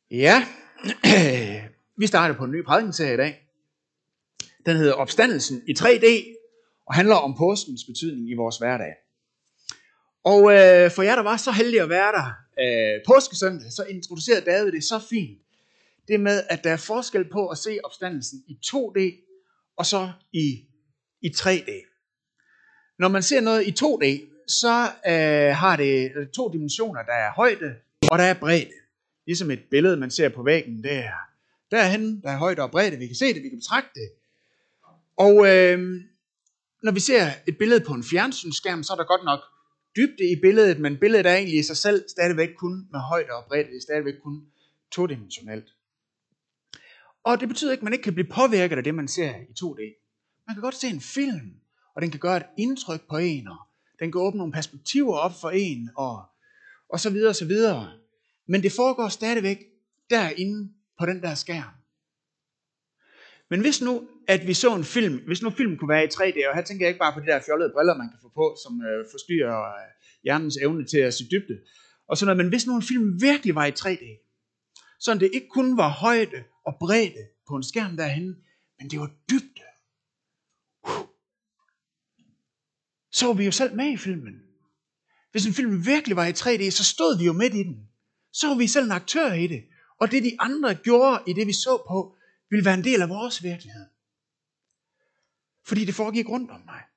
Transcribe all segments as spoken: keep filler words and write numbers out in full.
Ja, vi starter på en ny prædikenserie i dag. Den hedder Opstandelsen i tre D og handler om påskens betydning i vores hverdag. Og øh, for jer, der var så heldige at være der øh, påskesøndag, så introducerede David det så fint. Det med, at der er forskel på at se opstandelsen i to D og så i, i tre D. Når man ser noget i to D, så øh, har det to dimensioner. Der er højde og der er bredde. Ligesom et billede, man ser på væggen, det er derhen, der er højde og bredde. Vi kan se det, vi kan betragte det. Og øh, når vi ser et billede på en fjernsynsskærm, så er der godt nok dybde i billedet, men billedet er egentlig i sig selv stadigvæk kun med højde og bredde. Det er stadigvæk kun todimensionelt. Og det betyder ikke, at man ikke kan blive påvirket af det, man ser i to D. Man kan godt se en film, og den kan gøre et indtryk på en, og den kan åbne nogle perspektiver op for en, og, og så videre og så videre. Men det foregår stadigvæk derinde på den der skærm. Men hvis nu, at vi så en film, hvis nu filmen kunne være i tre D, og her tænker jeg ikke bare på de der fjollede briller, man kan få på, som øh, forstyrrer øh, hjernens evne til at se dybde, og sådan noget, men hvis nu en film virkelig var i tre D, så det ikke kun var højde og bredde på en skærm derhen, men det var dybde. Så var vi jo selv med i filmen. Hvis en film virkelig var i tre D, så stod vi jo midt i den. Så var vi selv en aktør i det. Og det de andre gjorde i det vi så på, ville være en del af vores virkelighed. Fordi det foregik rundt om mig.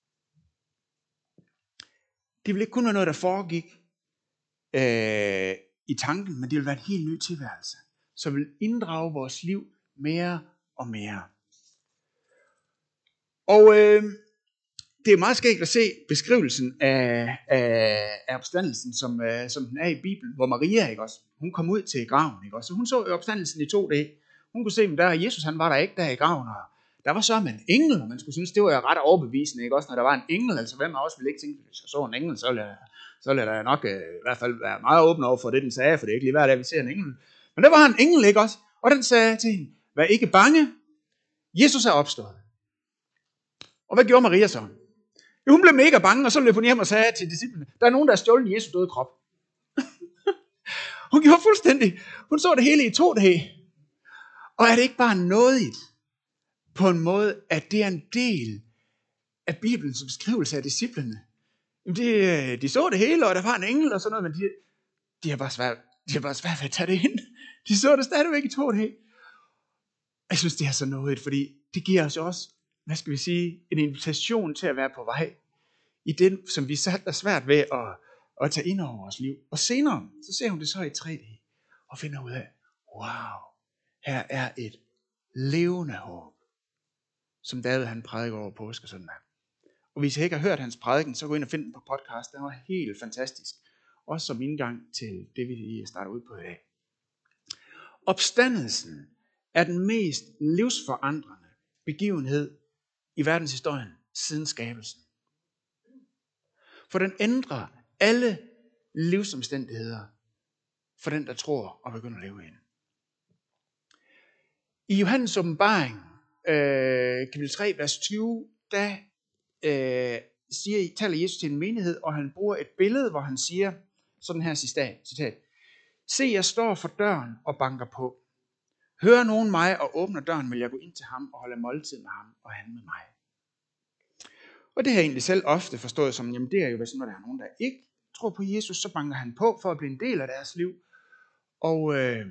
Det ville ikke kun være noget, der foregik øh, i tanken, men det ville være en helt ny tilværelse. Så ville inddrage vores liv mere og mere. Og øh, det er meget skægt at se beskrivelsen af, af, af opstandelsen, som, øh, som den er i Bibelen, hvor Maria, ikke også, hun kom ud til graven, ikke også, så hun så opstandelsen i to D. Hun kunne se, at der Jesus, han var der ikke der i graven, og der var så en engel, og man skulle synes, det var jo ret overbevisende, ikke også, når der var en engel, altså hvem af os ville ikke tænke, hvis jeg så en engel, så ville jeg, så ville jeg nok øh, i hvert fald være meget åben over for det, den sagde, for det er ikke lige hver dag, vi ser en engel. Men der var en engel, ikke også, og den sagde til hende, vær ikke bange, Jesus er opstået. Og hvad gjorde Maria så? Jo, hun blev mega bange, og så løb hun hjem og sagde til disciplene, der er nogen, der har stjålet Jesu døde krop. Hun gjorde fuldstændig, hun så det hele i to D. Og er det ikke bare nådigt på en måde, at det er en del af Bibelens beskrivelse af disciplene? De, de så det hele, og der var en engel og sådan noget, men de, de har bare svært, de har bare svært ved at tage det ind. De så det stadigvæk i to D. Jeg synes, det er så nådigt, fordi det giver os også, hvad skal vi sige, en invitation til at være på vej i det, som vi selv er svært ved at, at tage ind over vores liv. Og senere, så ser hun det så i tre D, og finder ud af, wow, her er et levende håb, som David han prædiker over påskesøndag. Og hvis I ikke har hørt hans prædiken, så gå ind og find den på podcast. Den var helt fantastisk. Også som indgang til det, vi starter ud på i dag. Opstandelsen er den mest livsforandrende begivenhed i verdenshistorien siden skabelsen. For den ændrer alle livsomstændigheder for den, der tror og begynder at leve i den. I Johannes åbenbaring, øh, kapitel tre, vers tyve, der øh, siger, taler Jesus til en menighed, og han bruger et billede, hvor han siger sådan her citat, citat. Se, jeg står for døren og banker på. Hører nogen mig og åbner døren, vil jeg gå ind til ham og holde måltid med ham og han med mig. Og det har jeg egentlig selv ofte forstået som, jamen det er jo, hvis når der er nogen, der ikke tror på Jesus, så banker han på for at blive en del af deres liv. Og, øh,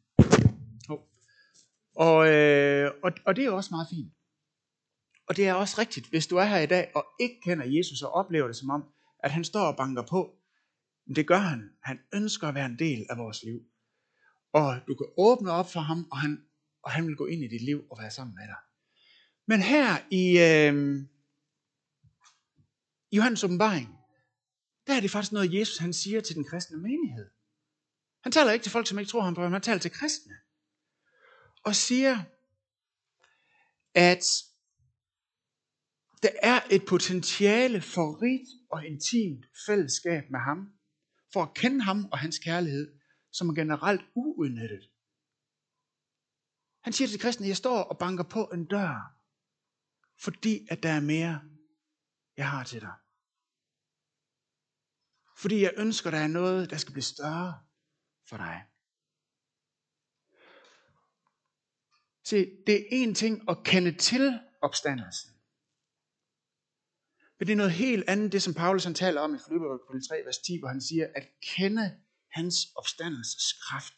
og, øh, og, og det er også meget fint. Og det er også rigtigt, hvis du er her i dag og ikke kender Jesus og oplever det som om, at han står og banker på. Det gør han. Han ønsker at være en del af vores liv. Og du kan åbne op for ham, og han, og han vil gå ind i dit liv og være sammen med dig. Men her i øh, Johannes åbenbaring, der er det faktisk noget, Jesus han siger til den kristne menighed. Han taler ikke til folk, som ikke tror ham på ham, han taler til kristne. Og siger, at der er et potentiale for rigt og intimt fællesskab med ham, for at kende ham og hans kærlighed, som er generelt uudnyttet. Han siger til kristne, jeg står og banker på en dør, fordi at der er mere, jeg har til dig. Fordi jeg ønsker, der er noget, der skal blive større for dig. Se, det er en ting at kende til opstandelsen. Men det er noget helt andet, det som Paulus han taler om i Filipperbrevet kapitel tre, vers ti, hvor han siger, at kende hans opstandelseskraft.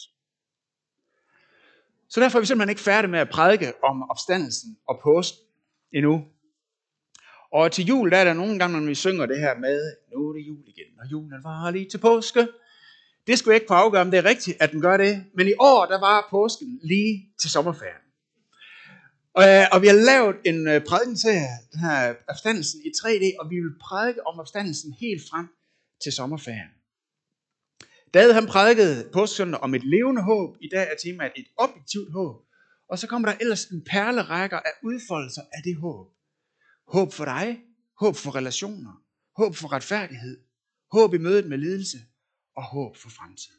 Så derfor er vi simpelthen ikke færdige med at prædike om opstandelsen og påsken endnu. Og til jul, der er der nogle gange, når vi synger det her med, nu er det jul igen, og julen var lige til påske. Det skulle jeg ikke kunne afgøre, om det er rigtigt, at den gør det. Men i år, der var påsken lige til sommerferien. Og, og vi har lavet en prædiken til den her opstandelsen i tre D, og vi vil prædike om opstandelsen helt frem til sommerferien. David han prædikede påskesøndag om et levende håb. I dag er temaet et objektivt håb. Og så kommer der ellers en perlerækker af udfoldelser af det håb. Håb for dig, håb for relationer, håb for retfærdighed, håb i mødet med lidelse og håb for fremtiden.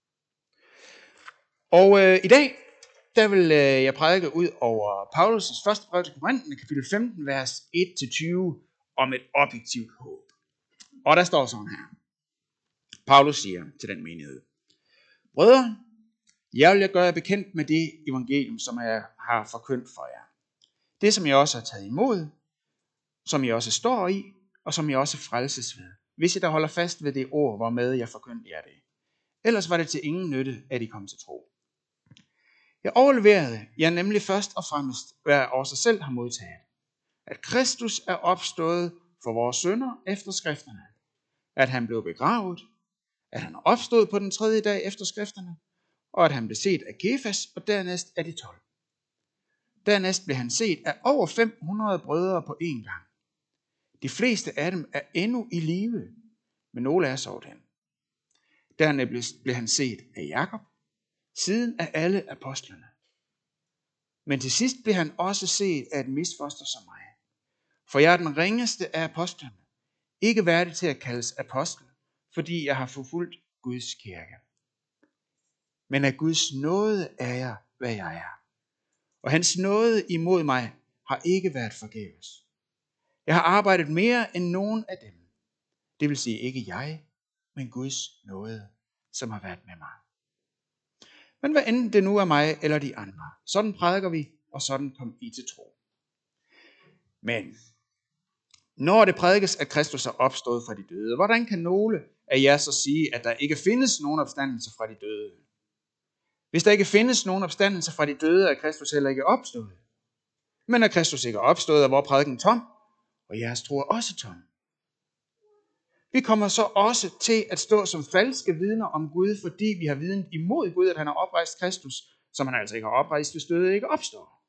Og øh, i dag, der vil øh, jeg prædike ud over Paulus' første brev til Korintherne, kapitel femten, vers et til tyve, om et objektivt håb. Og der står sådan her. Paulus siger til den menighed: Brødre, jeg vil gøre jer bekendt med det evangelium, som jeg har forkyndt for jer. Det, som jeg også har taget imod, som jeg også står i, og som jeg også frelses ved, hvis I der holder fast ved det ord, hvormed jeg forkyndte jer det. Ellers var det til ingen nytte, at I kom til tro. Jeg overleverede jer nemlig først og fremmest, hvad jeg også selv har modtaget. At Kristus er opstået for vores synder efter skrifterne. At han blev begravet. At han opstod på den tredje dag efter skrifterne. Og at han blev set af Kefas og dernæst af de tolv. Dernæst blev han set af over fem hundrede brødre på én gang. De fleste af dem er endnu i live, men nogle er sovet hen. Dernæst blev han set af Jakob, siden af alle apostlene. Men til sidst blev han også set af et misfoster som mig. For jeg er den ringeste af apostlene, ikke værdig til at kaldes apostel, fordi jeg har forfulgt Guds kirke. Men af Guds nåde er jeg, hvad jeg er. Og hans nåde imod mig har ikke været forgæves. Jeg har arbejdet mere end nogen af dem. Det vil sige ikke jeg, men Guds nåde, som har været med mig. Men hvad end det nu er mig eller de andre, sådan prædiker vi, og sådan kom I til tro. Men når det prædikes, at Kristus er opstået fra de døde, hvordan kan nogle af jer så sige, at der ikke findes nogen opstandelse fra de døde? Hvis der ikke findes nogen opstandelse fra de døde, er Kristus heller ikke opstået. Men er Kristus ikke opstået, er vor prædiken tom, og jeres tro er også tom. Vi kommer så også til at stå som falske vidner om Gud, fordi vi har vidnet imod Gud, at han har oprejst Kristus, som han altså ikke har oprejst, hvis døde ikke opstår.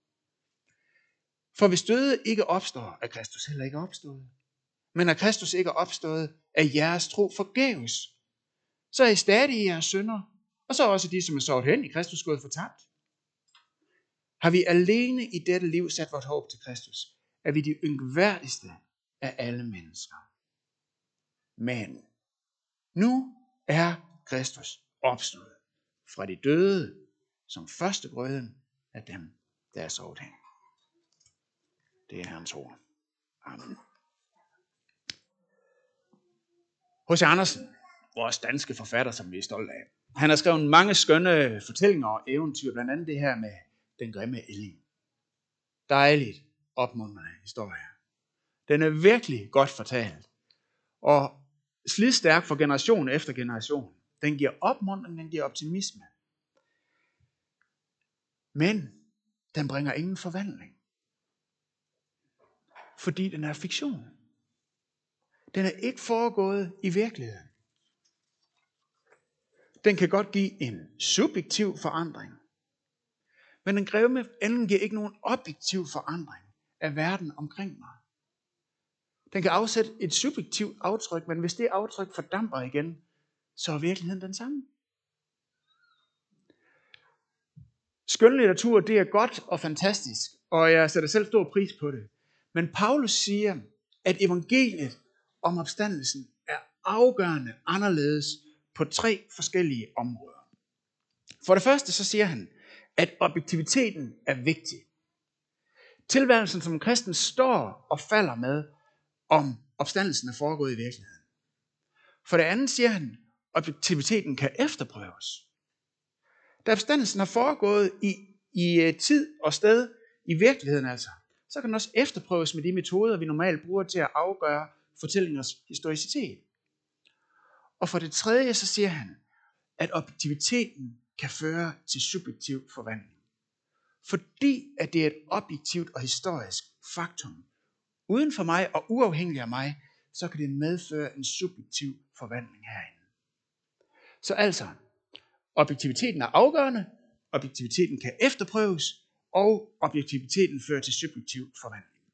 For hvis døde ikke opstår, er Kristus heller ikke opstået. Men er Kristus ikke opstået, er jeres tro forgæves. Så er I stadig i jeres synder, og så også de, som er sovet hen i Kristus, gået fortabt. Har vi alene i dette liv sat vores håb til Kristus, er vi de yngværdigste af alle mennesker. Men nu er Kristus opstået fra de døde som førstegrøden af dem, der er sovet hen. Det er Herrens ord. Amen. H C Andersen, vores danske forfatter, som vi er stolte af, han har skrevet mange skønne fortællinger og eventyr, blandt andet det her med den grimme ælling. Dejligt opmuntrende historie. Den er virkelig godt fortalt. Og slidstærk for generation efter generation. Den giver opmuntring, den giver optimisme. Men den bringer ingen forvandling. Fordi den er fiktion. Den er ikke foregået i virkeligheden. Den kan godt give en subjektiv forandring. Men den grimme ælling giver ikke nogen objektiv forandring af verden omkring mig. Den kan afsætte et subjektivt aftryk, men hvis det aftryk fordamper igen, så er virkeligheden den samme. Skønlitteratur, det er godt og fantastisk, og jeg sætter selv stor pris på det. Men Paulus siger, at evangeliet om opstandelsen er afgørende anderledes på tre forskellige områder. For det første så siger han, at objektiviteten er vigtig. Tilværelsen som kristen står og falder med, om opstandelsen er foregået i virkeligheden. For det andet siger han, at objektiviteten kan efterprøves. Da opstandelsen er foregået i i tid og sted, i virkeligheden altså, så kan den også efterprøves med de metoder, vi normalt bruger til at afgøre fortællingers historicitet. Og for det tredje, så siger han, at objektiviteten kan føre til subjektiv forvandling. Fordi at det er et objektivt og historisk faktum, uden for mig og uafhængig af mig, så kan det medføre en subjektiv forvandling herinde. Så altså, objektiviteten er afgørende, objektiviteten kan efterprøves, og objektiviteten fører til subjektiv forvandling.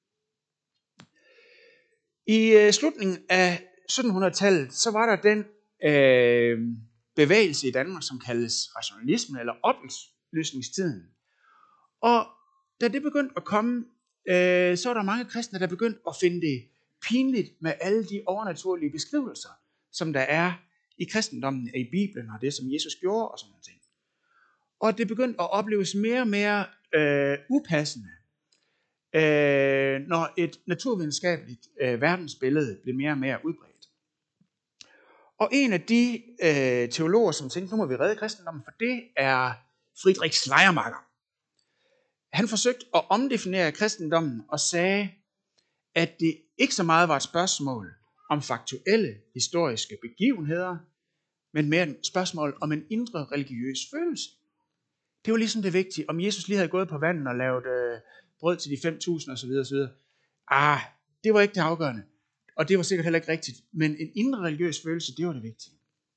I øh, slutningen af syttenhundredetallet, så var der den øh, bevægelse i Danmark, som kaldes rationalismen eller oplysningstiden. Og da det begyndte at komme, øh, så var der mange kristne, der begyndte at finde det pinligt med alle de overnaturlige beskrivelser, som der er i kristendommen, i Bibelen og det, som Jesus gjorde og sådan noget. Og det begyndte at opleves mere og mere øh, upassende, øh, når et naturvidenskabeligt øh, verdensbillede blev mere og mere udbredt. Og en af de øh, teologer, som tænkte, nu må vi redde kristendommen, for det er Friedrich Schleiermacher. Han forsøgte at omdefinere kristendommen og sagde, at det ikke så meget var et spørgsmål om faktuelle historiske begivenheder, men mere et spørgsmål om en indre religiøs følelse. Det var ligesom det vigtige, om Jesus lige havde gået på vandet og lavet øh, brød til de fem tusind osv. osv. Ah, det var ikke det afgørende. Og det var sikkert heller ikke rigtigt. Men en indre religiøs følelse, det var det vigtige.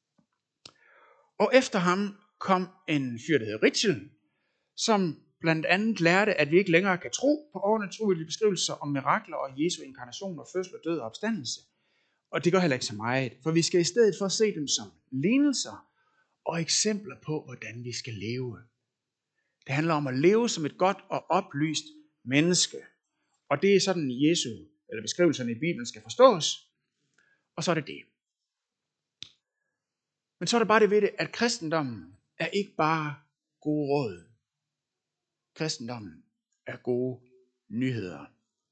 Og efter ham kom en fyr, der hed Ritschl, som blandt andet lærte, at vi ikke længere kan tro på overnaturlige beskrivelser om mirakler og Jesu inkarnation og fødsel og død og opstandelse. Og det gør heller ikke så meget, for vi skal i stedet for se dem som lignelser og eksempler på, hvordan vi skal leve. Det handler om at leve som et godt og oplyst menneske. Og det er sådan, Jesu, eller beskrivelserne i Bibelen skal forstås. Og så er det det. Men så er det bare det ved det, at kristendommen er ikke bare gode råd. Kristendommen er gode nyheder.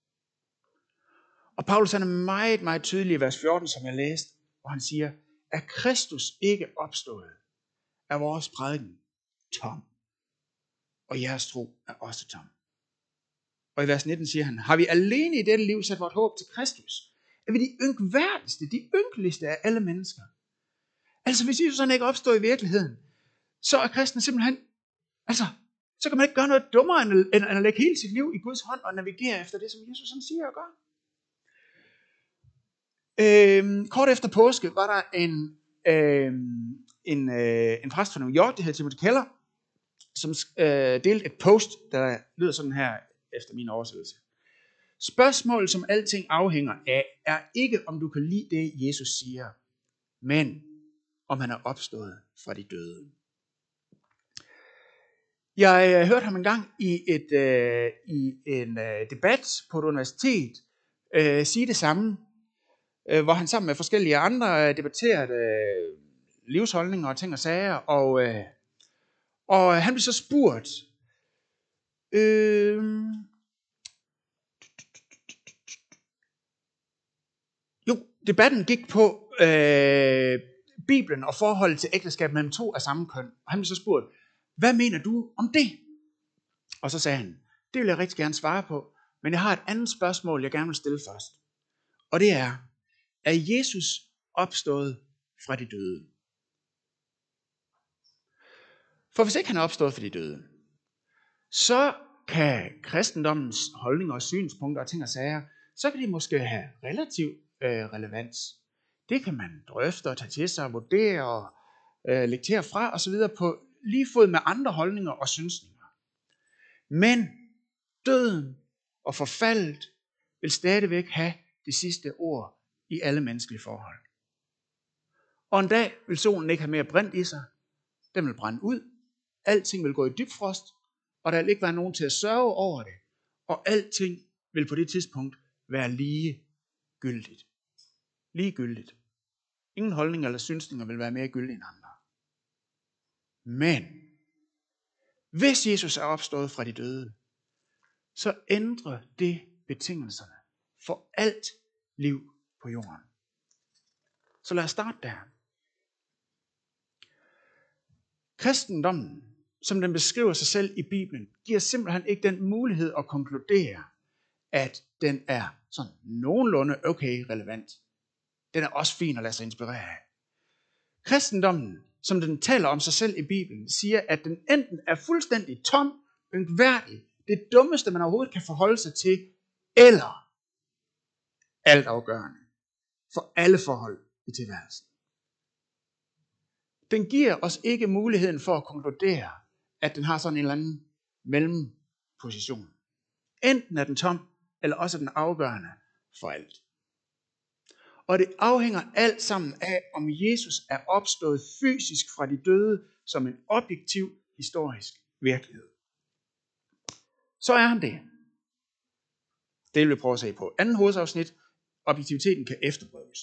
Og Paulus er meget, meget tydelig i vers fjorten, som jeg læste, hvor han siger, er Kristus ikke opstået, er vores prædiken tom, og jeres tro er også tom. Og i vers nitten siger han, har vi alene i dette liv sat vort håb til Kristus? Er vi de ynkværdigste, de ynkeligste af alle mennesker? Altså hvis Jesus sådan ikke opstår i virkeligheden, så er kristne simpelthen, altså, så kan man ikke gøre noget dummere, end at, end at lægge hele sit liv i Guds hånd og navigere efter det, som Jesus sådan siger og gør. Øhm, kort efter påske var der en, øhm, en, øh, en præst fra New York, der hed Timothy Keller, som øh, delte et post, der lyder sådan her efter min oversættelse. Spørgsmålet, som alting afhænger af, er ikke, om du kan lide det, Jesus siger, men om han er opstået fra de døde. Jeg hørte ham engang i, et, øh, i en øh, debat på et universitet øh, sige det samme, øh, hvor han sammen med forskellige andre øh, debatterede øh, livsholdninger og ting og sager, og, øh, og han blev så spurgt, øh, jo, debatten gik på øh, Bibelen og forholdet til ægteskab mellem to af samme køn, og han blev så spurgt, hvad mener du om det? Og så sagde han, det vil jeg rigtig gerne svare på, men jeg har et andet spørgsmål, jeg gerne vil stille først. Og det er, er Jesus opstået fra de døde? For hvis ikke han er opstået fra de døde, så kan kristendommens holdninger og synspunkter og ting og sager, så kan de måske have relativ øh, relevans. Det kan man drøfte og tage til sig og vurdere og øh, lægge til fra og så videre på lige fod med andre holdninger og synsninger. Men døden og forfaldet vil stadigvæk have det sidste ord i alle menneskelige forhold. Og en dag vil solen ikke have mere brændt i sig. Den vil brænde ud. Alting vil gå i dybfrost, og der vil ikke være nogen til at sørge over det. Og alting vil på det tidspunkt være lige gyldigt. Ligegyldigt. Ingen holdninger eller synsninger vil være mere gyldige end andre. Men hvis Jesus er opstået fra de døde, så ændrer det betingelserne for alt liv på jorden. Så lad os starte der. Kristendommen som den beskriver sig selv i Bibelen, giver simpelthen ikke den mulighed at konkludere, at den er sådan nogenlunde okay relevant. Den er også fin at lade sig inspirere af. Kristendommen, som den taler om sig selv i Bibelen, siger, at den enten er fuldstændig tom, ynkværdig, det dummeste, man overhovedet kan forholde sig til, eller altafgørende for alle forhold i tilværelsen. Den giver os ikke muligheden for at konkludere, at den har sådan en eller anden mellemposition. Enten er den tom, eller også er den afgørende for alt. Og det afhænger alt sammen af, om Jesus er opstået fysisk fra de døde som en objektiv historisk virkelighed. Så er han det. Det vil vi prøve at se på. Anden hovedsafsnit. Objektiviteten kan efterprøves.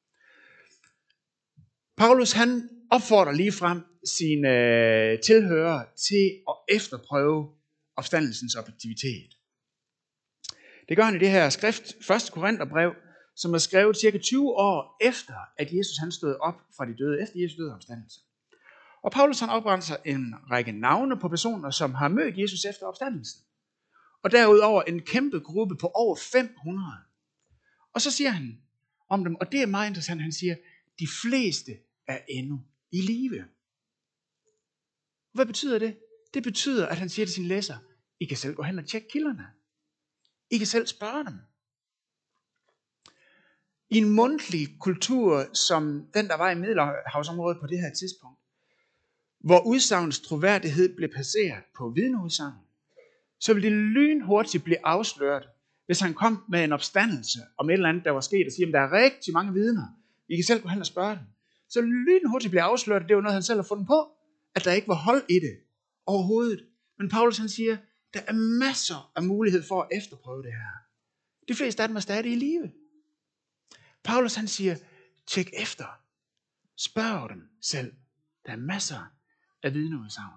Paulus han opfordrer ligefrem sine øh, tilhørere til at efterprøve opstandelsens objektivitet. Det gør han i det her skrift, første Korintherbrev, som er skrevet cirka tyve år efter, at Jesus han stod op fra de døde, efter Jesus døde opstandelse. Og Paulus han oprenser en række navne på personer, som har mødt Jesus efter opstandelsen. Og derudover en kæmpe gruppe på over fem hundrede. Og så siger han om dem, og det er meget interessant, han siger, de fleste er endnu i live. Hvad betyder det? Det betyder, at han siger til sine læsere, I kan selv gå hen og tjekke kilderne. I kan selv spørge dem. I en mundtlig kultur, som den, der var i Middelhavsområdet på det her tidspunkt, hvor udsagnens troværdighed blev baseret på vidneudsagn, så ville det lynhurtigt blive afsløret, hvis han kom med en opstandelse om et eller andet, der var sket, og siger, at der er rigtig mange vidner. I kan selv gå hen og spørge dem. Så lynhurtigt bliver afsløret, at det var noget, han selv har fundet på, at der ikke var hold i det overhovedet. Men Paulus han siger, der er masser af mulighed for at efterprøve det her. De fleste af dem er stadig i live. Paulus han siger, tjek efter. Spørg dem selv. Der er masser af vidneudsagn.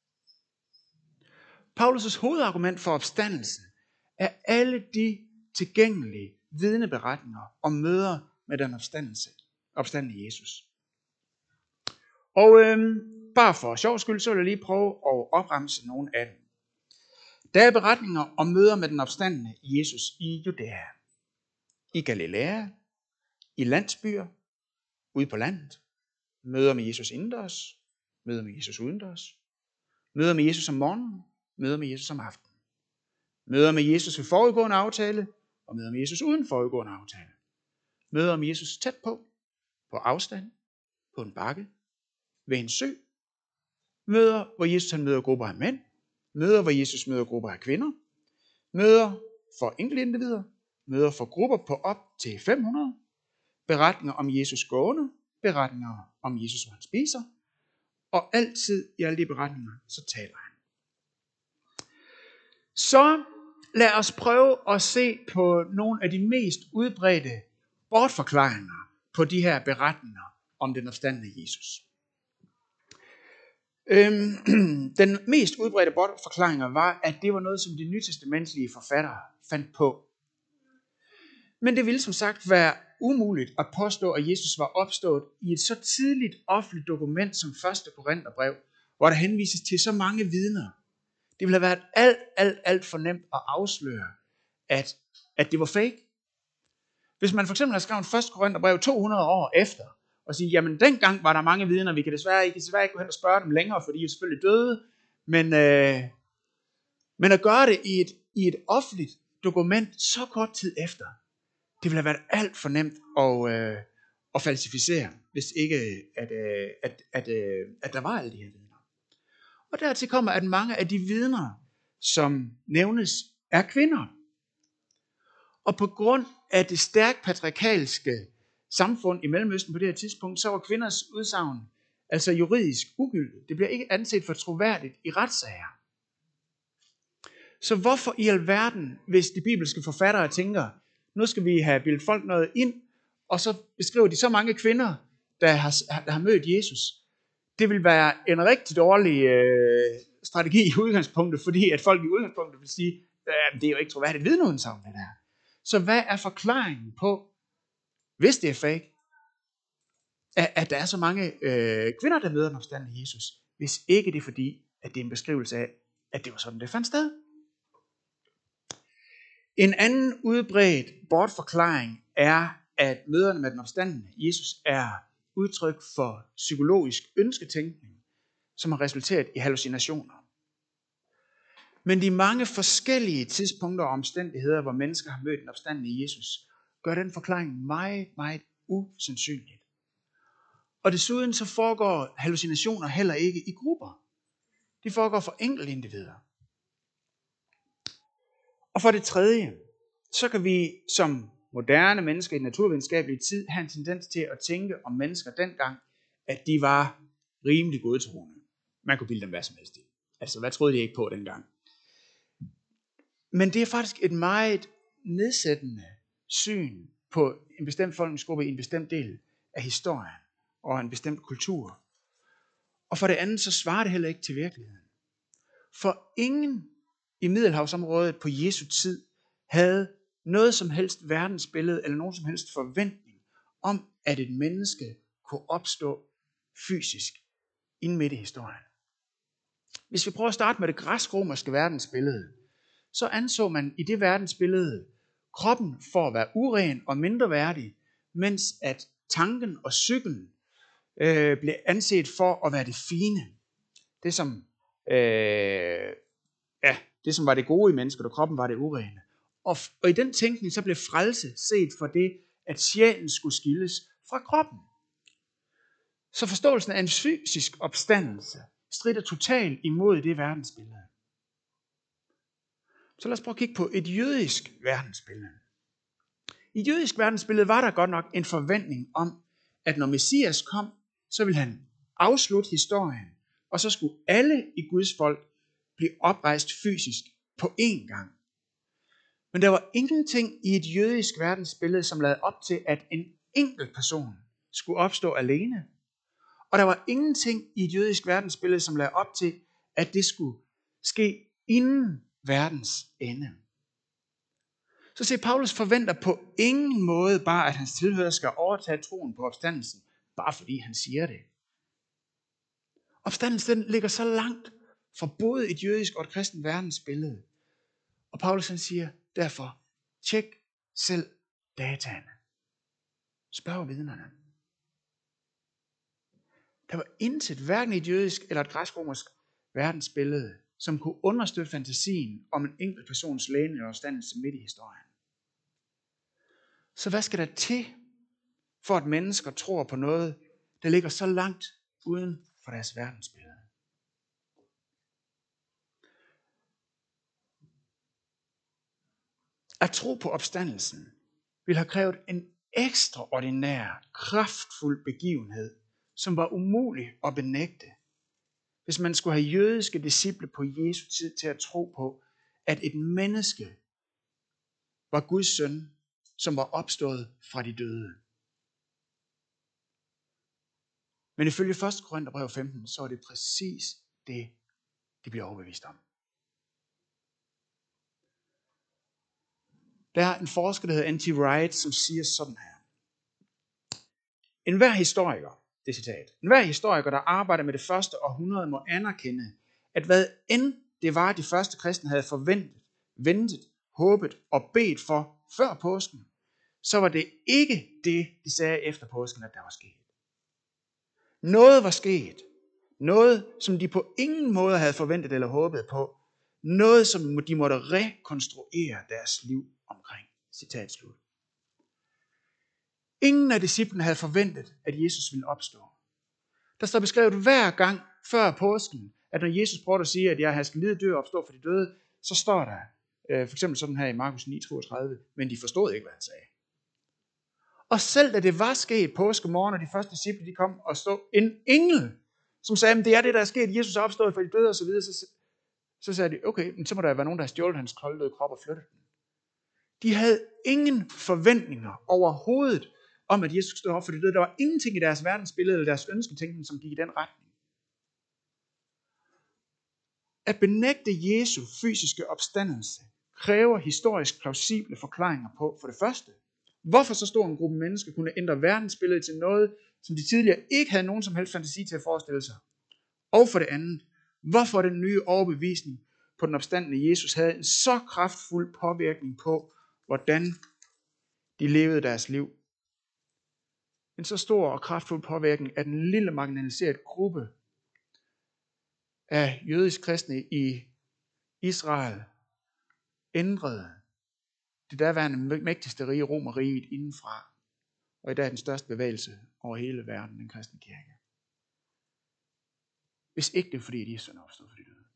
Paulus' hovedargument for opstandelsen er alle de tilgængelige vidneberetninger om møder med den opstandelse, opstandende Jesus. Og øhm, bare for sjov skyld, så vil jeg lige prøve at opremse nogle af dem. Der er beretninger om møder med den opstandende Jesus i Judæa, i Galilea, i landsbyer, ude på landet, møder med Jesus indendørs, møder med Jesus udendørs, møder med Jesus om morgenen, møder med Jesus om aftenen, møder med Jesus ved forudgående aftale, og møder med Jesus uden forudgående aftale, møder med Jesus tæt på, på afstand, på en bakke, ved en sø, møder, hvor Jesus han møder grupper af mænd, møder, hvor Jesus møder grupper af kvinder, møder for enkelte individer, møder for grupper på op til fem hundrede, beretninger om Jesus gående, beretninger om Jesus, hvor han spiser, og altid i alle de beretninger, så taler han. Så lad os prøve at se på nogle af de mest udbredte bortforklaringer på de her beretninger om den opstandne Jesus. Øhm, den mest udbredte bortforklaringer var, at det var noget, som de nytestamentlige forfattere fandt på. Men det ville som sagt være umuligt at påstå, at Jesus var opstået i et så tidligt offentligt dokument som første Korintherbrev, hvor der henvises til så mange vidner. Det ville have været alt, alt, alt for nemt at afsløre, at, at det var fake. Hvis man for eksempel har skrevet første Korintherbrev to hundrede år efter, og sige, jamen dengang var der mange vidner, vi kan desværre ikke, desværre ikke gå hen og spørge dem længere, for de er selvfølgelig døde, men, øh, men at gøre det i et, i et offentligt dokument så kort tid efter, det ville have været alt for nemt at, øh, at falsificere, hvis ikke at, øh, at, at, øh, at der var alle de her vidner. Og dertil kommer, at mange af de vidner, som nævnes, er kvinder. Og på grund af det stærkt patriarkalske samfund i Mellemøsten på det her tidspunkt, så var kvinders udsagn altså juridisk ugyldigt. Det bliver ikke anset for troværdigt i retssager. Så hvorfor i alverden, hvis de bibelske forfattere tænker, nu skal vi have bildet folk noget ind, og så beskriver de så mange kvinder, der har, der har mødt Jesus. Det vil være en rigtig dårlig øh, strategi i udgangspunktet, fordi at folk i udgangspunktet vil sige, øh, det er jo ikke troværdigt vidneudsagn det der. Så hvad er forklaringen på, hvis det er fake, at, at der er så mange øh, kvinder, der møder den opstandne Jesus, hvis ikke det er fordi, at det er en beskrivelse af, at det var sådan, det fandt sted. En anden udbredt bortforklaring er, at møderne med den opstandne Jesus er udtryk for psykologisk ønsketænkning, som har resulteret i hallucinationer. Men de mange forskellige tidspunkter og omstændigheder, hvor mennesker har mødt den opstandne Jesus, gør den forklaring meget, meget usandsynlig. Og desuden så foregår hallucinationer heller ikke i grupper. De foregår for enkelte individer. Og for det tredje, så kan vi som moderne mennesker i den naturvidenskabelige tid have en tendens til at tænke om mennesker dengang, at de var rimelig godtroende. Man kunne bilde dem hvad som helst i. Altså, hvad troede de ikke på dengang? Men det er faktisk et meget nedsættende syn på en bestemt folkegruppe i en bestemt del af historien og en bestemt kultur. Og for det andet, så svarer det heller ikke til virkeligheden. For ingen i Middelhavsområdet på Jesu tid havde noget som helst verdensbillede eller nogen som helst forventning om, at et menneske kunne opstå fysisk inden midt i historien. Hvis vi prøver at starte med det græsk-romerske verdensbillede, så anså man i det verdensbillede kroppen for at være uren og mindreværdig, mens at tanken og psyken øh, blev anset for at være det fine. Det som, øh, ja, det som var det gode i mennesket, og kroppen var det urene. Og, og i den tænkning så blev frelse set for det, at sjælen skulle skilles fra kroppen. Så forståelsen af en fysisk opstandelse strider totalt imod det verdensbillede. Så lad os prøve at kigge på et jødisk verdensbillede. I et jødisk verdensbillede var der godt nok en forventning om, at når Messias kom, så ville han afslutte historien, og så skulle alle i Guds folk blive oprejst fysisk på én gang. Men der var ingenting i et jødisk verdensbillede, som lagde op til, at en enkelt person skulle opstå alene. Og der var ingenting i et jødisk verdensbillede, som lagde op til, at det skulle ske inden verdens ende. Så se, Paulus forventer på ingen måde bare, at hans tilhører skal overtage troen på opstandelsen, bare fordi han siger det. Opstandelsen ligger så langt fra både et jødisk og et kristent verdensbillede. Og Paulus han siger, derfor, tjek selv dataene. Spørg vidnerne. Der var intet, hverken i et jødisk eller et græsk-romersk verdensbillede, som kunne understøtte fantasien om en enkelt persons lægende og opstandelse midt i historien. Så hvad skal der til, for at mennesker tror på noget, der ligger så langt uden for deres verdensbillede? At tro på opstandelsen ville have krævet en ekstraordinær, kraftfuld begivenhed, som var umulig at benægte, hvis man skulle have jødiske disciple på Jesu tid til at tro på, at et menneske var Guds søn, som var opstået fra de døde. Men ifølge første Korintherbrev femten, så er det præcis det, de bliver overbevist om. Der er en forsker, der hedder N T Wright, som siger sådan her. En hver historiker, det citat, en hver historiker, der arbejder med det første århundrede, må anerkende, at hvad end det var, de første kristne havde forventet, ventet, håbet og bedt for før påsken, så var det ikke det, de sagde efter påsken, at der var sket. Noget var sket. Noget, som de på ingen måde havde forventet eller håbet på. Noget, som de måtte rekonstruere deres liv omkring. Citat slut. Ingen af disciplene havde forventet, at Jesus ville opstå. Der står beskrevet hver gang før påsken, at når Jesus prøver at sige, at jeg skal lide, dø og opstå for de døde, så står der øh, for eksempel sådan her i Markus ni toogtredive, men de forstod ikke, hvad han sagde. Og selv da det var sket påskemorgen, og de første disciple de kom og stod en engel, som sagde, at det er det, der er sket, Jesus er opstået for de døde og så videre, så, så sagde de, okay, men så må der være nogen, der har stjålet hans kolddøde krop og flyttet den. De havde ingen forventninger overhovedet om, at Jesus stod op for de døde. Der var ingenting i deres verdensbillede eller deres ønsketænkning, som gik i den retning. At benægte Jesu fysiske opstandelse kræver historisk plausible forklaringer på, for det første, hvorfor så stor en gruppe mennesker kunne ændre verdensbilledet til noget, som de tidligere ikke havde nogen som helst fantasi til at forestille sig. Og for det andet, hvorfor den nye overbevisning på den opstandne Jesus havde en så kraftfuld påvirkning på, hvordan de levede deres liv. En så stor og kraftfuld påvirkning af den lille marginaliserede gruppe af jødisk kristne i Israel ændrede det daværende mægtigste rige, Romerriget, indenfra, og i dag er den største bevægelse over hele verden, den kristne kirke. Hvis ikke det er fordi, de er sådan opstået for de døde.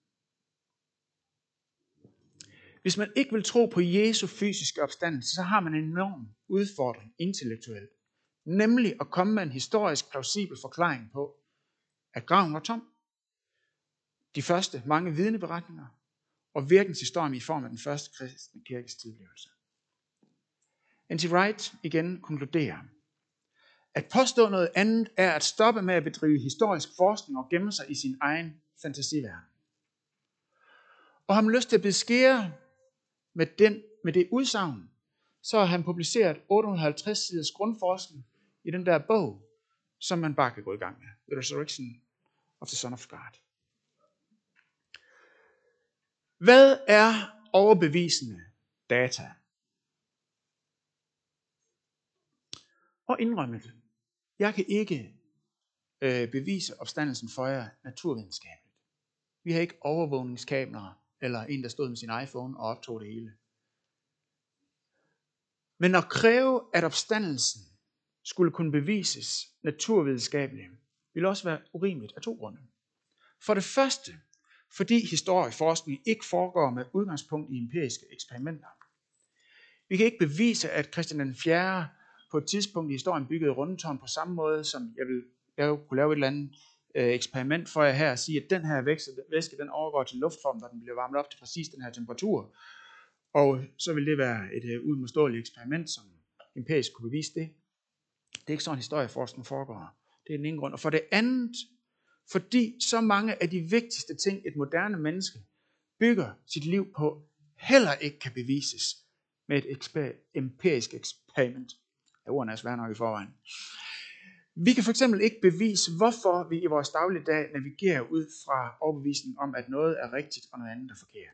Hvis man ikke vil tro på Jesu fysiske opstandelse, så har man en enorm udfordring intellektuelt. Nemlig at komme med en historisk plausibel forklaring på, at graven var tom. De første mange vidneberetninger og virkningshistorien i form af den første kristne kirkes tilblivelse. N T Wright igen konkluderer, at påstå noget andet er at stoppe med at bedrive historisk forskning og gemme sig i sin egen fantasiverden. Og har man lyst til at beskære med, den, med det udsagn, så har han publiceret otte hundrede og halvtreds siders grundforskning i den der bog, som man bare kan gå i gang med. The Resurrection of the Son of God. Hvad er overbevisende data? Og indrømmet, jeg kan ikke øh, bevise opstandelsen for jer naturvidenskabeligt. Vi har ikke overvågningskameraer, eller en, der stod med sin iPhone og optog det hele. Men at kræve, at opstandelsen skulle kunne bevises naturvidenskabeligt, ville også være urimeligt af to grunde. For det første, fordi historieforskning ikke foregår med udgangspunkt i empiriske eksperimenter. Vi kan ikke bevise, at Christian den fjerde på et tidspunkt i historien byggede rundetårn på samme måde, som jeg vil jeg kunne lave et eller andet øh, eksperiment for jer her og sige, at den her væske, væske den overgår til luftform, når den bliver varmet op til præcis den her temperatur. Og så vil det være et øh, uimodståeligt eksperiment, som empirisk kunne bevise det. Det er ikke sådan, historieforskning foregår. Det er den ene grund. Og for det andet, fordi så mange af de vigtigste ting, et moderne menneske bygger sit liv på, heller ikke kan bevises med et eksper- empirisk eksperiment. Ja, ordene er svære nok i forvejen. Vi kan for eksempel ikke bevise, hvorfor vi i vores dagligdag navigerer ud fra overbevisningen om, at noget er rigtigt og noget andet er forkert.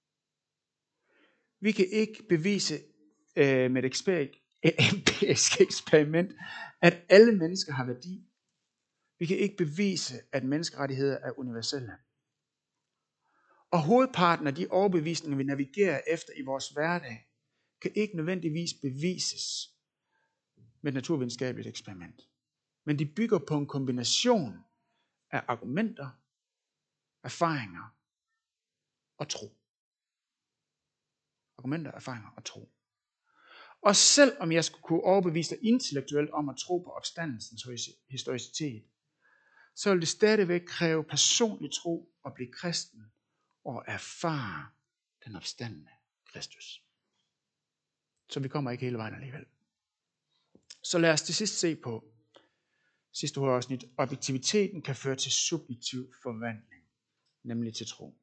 Vi kan ikke bevise øh, med et eksper- empirisk eksperiment, at alle mennesker har værdi. Vi kan ikke bevise, at menneskerettigheder er universelle. Og hovedparten af de overbevisninger, vi navigerer efter i vores hverdag, kan ikke nødvendigvis bevises med et naturvidenskabeligt eksperiment. Men de bygger på en kombination af argumenter, erfaringer og tro. Argumenter, erfaringer og tro. Og selv om jeg skulle kunne overbevise dig intellektuelt om at tro på opstandelsens historicitet, så vil det stadigvæk kræve personlig tro at blive kristen og erfare den opstandne Kristus. Så vi kommer ikke hele vejen alligevel. Så lad os til sidst se på sidste hovedafsnit. Objektiviteten kan føre til subjektiv forvandling, nemlig til tro.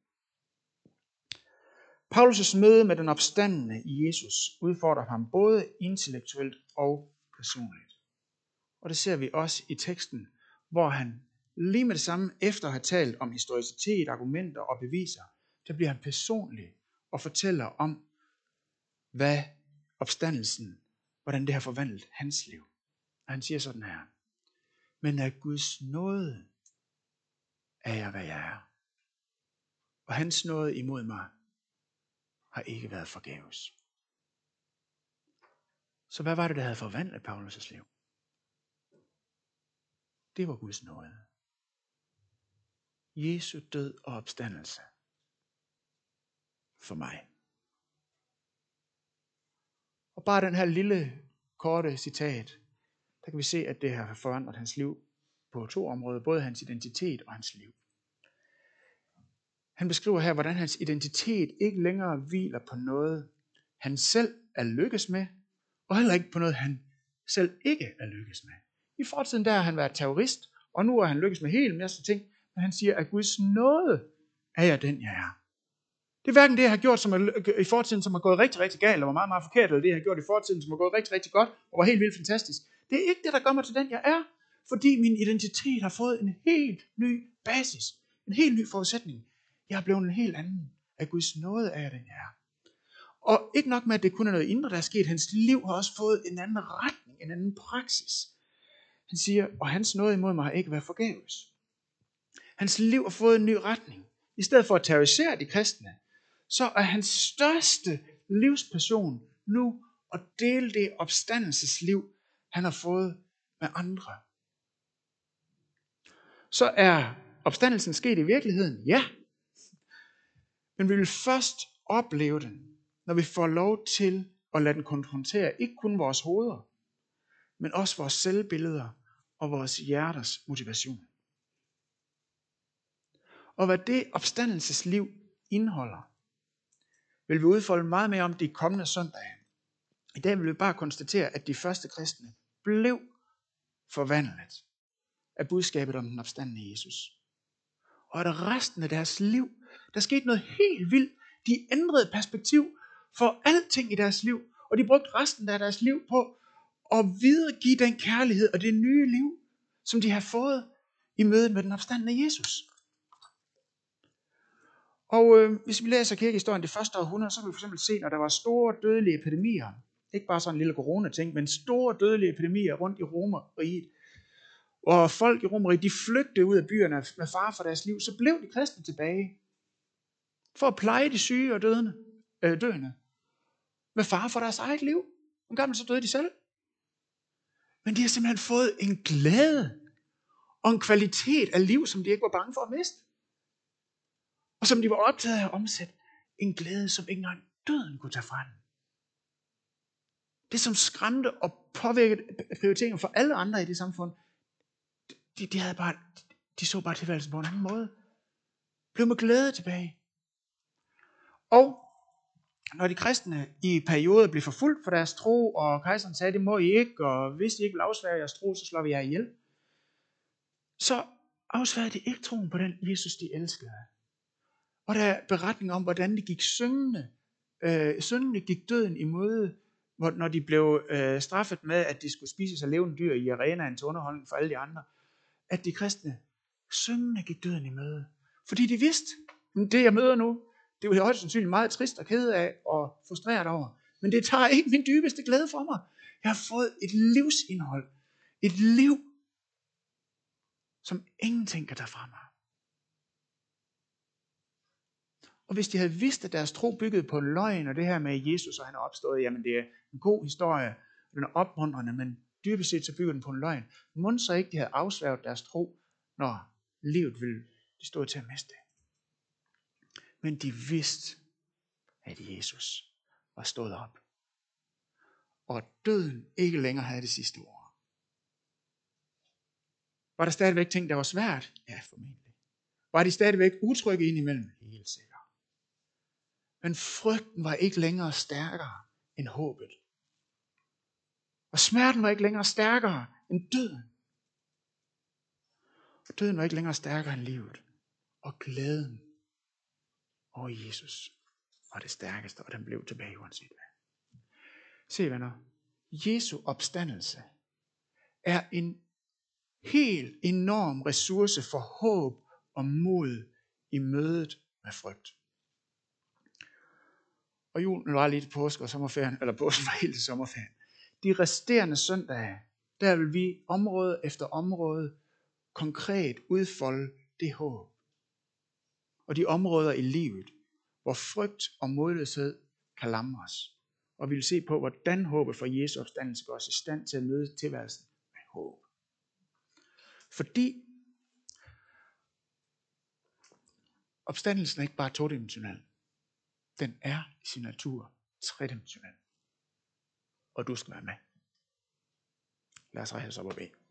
Paulus' møde med den opstandne i Jesus udfordrer ham både intellektuelt og personligt. Og det ser vi også i teksten, hvor han lige med det samme, efter at have talt om historicitet, argumenter og beviser, så bliver han personlig og fortæller om, hvad opstandelsen, hvordan det har forvandlet hans liv. Og han siger sådan her: men af Guds nåde er jeg, hvad jeg er. Og hans nåde imod mig har ikke været forgæves. Så hvad var det, der havde forvandlet Paulus' liv? Det var Guds nåde. Jesu død og opstandelse for mig. Og bare den her lille, korte citat, der kan vi se, at det har forandret hans liv på to områder, både hans identitet og hans liv. Han beskriver her, hvordan hans identitet ikke længere hviler på noget, han selv er lykkes med, og heller ikke på noget, han selv ikke er lykkes med. I fortiden der har han været terrorist, og nu er han lykkes med helt masse ting, men han siger, at Guds nåde er jeg den, jeg er. Det er hverken det, jeg har gjort som er, i fortiden, som har gået rigtig, rigtig galt, og var meget, meget forkert, eller det, jeg har gjort i fortiden, som har gået rigtig, rigtig godt, og var helt vildt fantastisk. Det er ikke det, der gør mig til den, jeg er, fordi min identitet har fået en helt ny basis. En helt ny forudsætning. Jeg er blevet en helt anden af Guds nåde af den her. Og ikke nok med, at det kun er noget indre, der er sket. Hans liv har også fået en anden retning, en anden praksis. Han siger, og hans nåde imod mig har ikke været forgæves. Hans liv har fået en ny retning. I stedet for at terrorisere de kristne, så er hans største livspassion nu at dele det opstandelsesliv, han har fået med andre. Så er opstandelsen sket i virkeligheden? Ja. Men vi vil først opleve den, når vi får lov til at lade den konfrontere ikke kun vores hoveder, men også vores selvbilleder og vores hjerters motivation. Og hvad det opstandelsesliv indeholder, vil vi udfolde meget mere om de kommende søndage. I dag vil vi bare konstatere, at de første kristne blev forvandlet af budskabet om den opstandne Jesus. Og at resten af deres liv, der skete noget helt vildt. De ændrede perspektiv for alting i deres liv, og de brugte resten af deres liv på at videregive den kærlighed og det nye liv, som de har fået i mødet med den opstandne Jesus. Og øh, hvis vi læser kirkehistorien det første århundrede, så kan vi for eksempel se, når der var store dødelige epidemier, ikke bare sådan en lille corona-ting, men store dødelige epidemier rundt i Romerriget, og folk i Romerriget, de flygtede ud af byerne med fare for deres liv, så blev de kristne tilbage for at pleje de syge og døende, øh, døende med fare for deres eget liv. En gang så døde de selv. Men de har simpelthen fået en glæde og en kvalitet af liv, som de ikke var bange for at miste. Og som de var optaget af at omsætte. En glæde, som ikke engang døden kunne tage fra dem. Det, som skræmte og påvirkede prioriteringen for alle andre i det samfund, de, de, havde bare, de så bare tilværelsen på en anden måde. Blev med glæde tilbage. Og når de kristne i perioder blev forfulgt for deres tro, og kejseren sagde, det må I ikke, og hvis I ikke vil afsvære jeres tro, så slår vi jer ihjel, så afsværede de ikke troen på den Jesus, de elskede. Og der er beretning om, hvordan de gik syngende, øh, syngende gik døden i møde, når de blev øh, straffet med, at de skulle spises af levende dyr i arenaen til underholdning for alle de andre, at de kristne syngende gik døden i møde. Fordi de vidste, det jeg møder nu, det er jo højst sandsynligt meget trist og ked af og frustreret over. Men det tager ikke min dybeste glæde fra mig. Jeg har fået et livsindhold. Et liv, som ingenting kan tage fra mig. Og hvis de havde vidst, at deres tro byggede på en løgn, og det her med Jesus, og han er opstået, jamen det er en god historie, den er opmuntrende, men dybest set så bygger den på en løgn. Må så ikke de havde afsværget deres tro, når livet ville de stod til at miste. Men de vidste, at Jesus var stået op. Og at døden ikke længere havde det sidste ord. Var der stadigvæk ting, der var svært? Ja, formentlig. Var de stadigvæk utrygge indimellem? Helt sikkert. Men frygten var ikke længere stærkere end håbet. Og smerten var ikke længere stærkere end døden. Og døden var ikke længere stærkere end livet. Og glæden over Jesus var det stærkeste, og den blev tilbage uanset hvad. Se venner, Jesu opstandelse er en helt enorm ressource for håb og mod i mødet med frygt. Og julen var lige til påske og sommerferien, eller påsken var helt til sommerferien. De resterende søndage, der vil vi område efter område konkret udfolde det håb. Og de områder i livet, hvor frygt og modløshed kan lamme os. Og vi vil se på, hvordan håbet for Jesu opstandelse gør os i stand til at møde tilværelsen med håb. Fordi opstandelsen er ikke bare todimensionel. Den er i sin natur tredimensionel. Og du skal være med. Lad os rejse os op og bede.